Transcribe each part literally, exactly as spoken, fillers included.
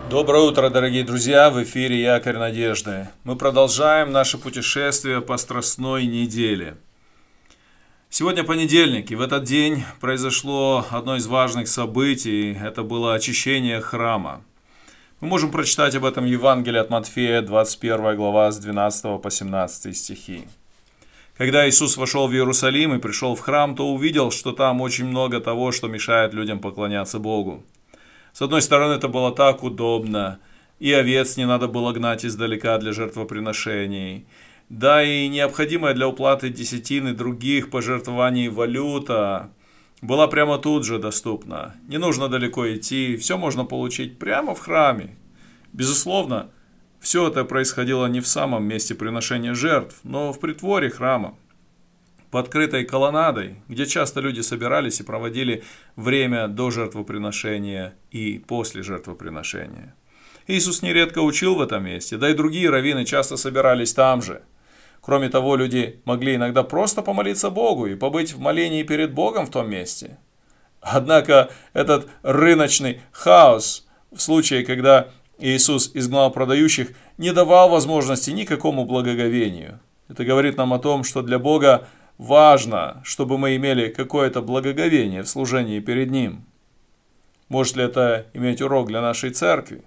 Доброе утро, дорогие друзья! В эфире Якорь Надежды. Мы продолжаем наше путешествие по Страстной неделе. Сегодня понедельник, и в этот день произошло одно из важных событий. Это было очищение храма. Мы можем прочитать об этом в Евангелии от Матфея, двадцать первая глава, с двенадцатого по семнадцатый стихи. Когда Иисус вошел в Иерусалим и пришел в храм, то увидел, что там очень много того, что мешает людям поклоняться Богу. С одной стороны, это было так удобно, и овец не надо было гнать издалека для жертвоприношений, да и необходимая для уплаты десятины других пожертвований валюта была прямо тут же доступна. Не нужно далеко идти, все можно получить прямо в храме. Безусловно, все это происходило не в самом месте приношения жертв, но в притворе храма, под открытой колоннадой, где часто люди собирались и проводили время до жертвоприношения и после жертвоприношения. Иисус нередко учил в этом месте, да и другие раввины часто собирались там же. Кроме того, люди могли иногда просто помолиться Богу и побыть в молении перед Богом в том месте. Однако этот рыночный хаос в случае, когда Иисус изгнал продающих, не давал возможности никакому благоговению. Это говорит нам о том, что для Бога важно, чтобы мы имели какое-то благоговение в служении перед Ним. Может ли это иметь урок для нашей церкви?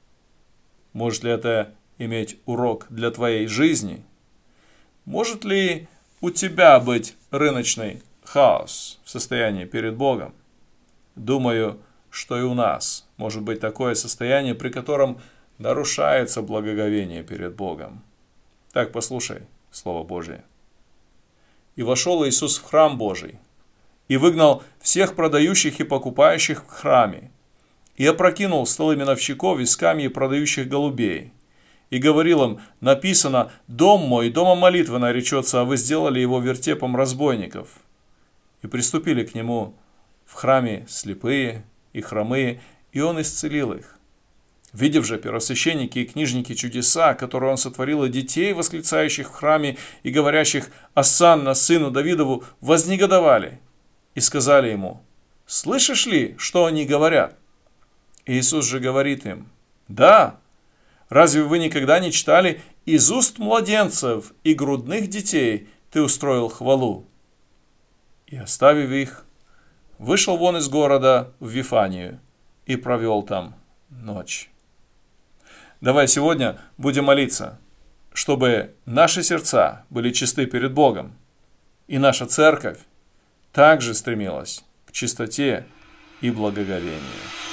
Может ли это иметь урок для твоей жизни? Может ли у тебя быть рыночный хаос в состоянии перед Богом? Думаю, что и у нас может быть такое состояние, при котором нарушается благоговение перед Богом. Так, послушай Слово Божие. «И вошел Иисус в храм Божий, и выгнал всех продающих и покупающих в храме, и опрокинул столы миновщиков и скамьи продающих голубей, и говорил им: написано, дом мой домом молитвы наречется, а вы сделали его вертепом разбойников. И приступили к нему в храме слепые и хромые, и он исцелил их. Видев же первосвященники и книжники чудеса, которые он сотворил, и детей, восклицающих в храме и говорящих «Осанна, сыну Давидову», вознегодовали и сказали ему: «Слышишь ли, что они говорят?» И Иисус же говорит им: «Да, разве вы никогда не читали: из уст младенцев и грудных детей ты устроил хвалу?» И, оставив их, вышел вон из города в Вифанию и провел там ночь. Давай сегодня будем молиться, чтобы наши сердца были чисты перед Богом, и наша церковь также стремилась к чистоте и благоговению.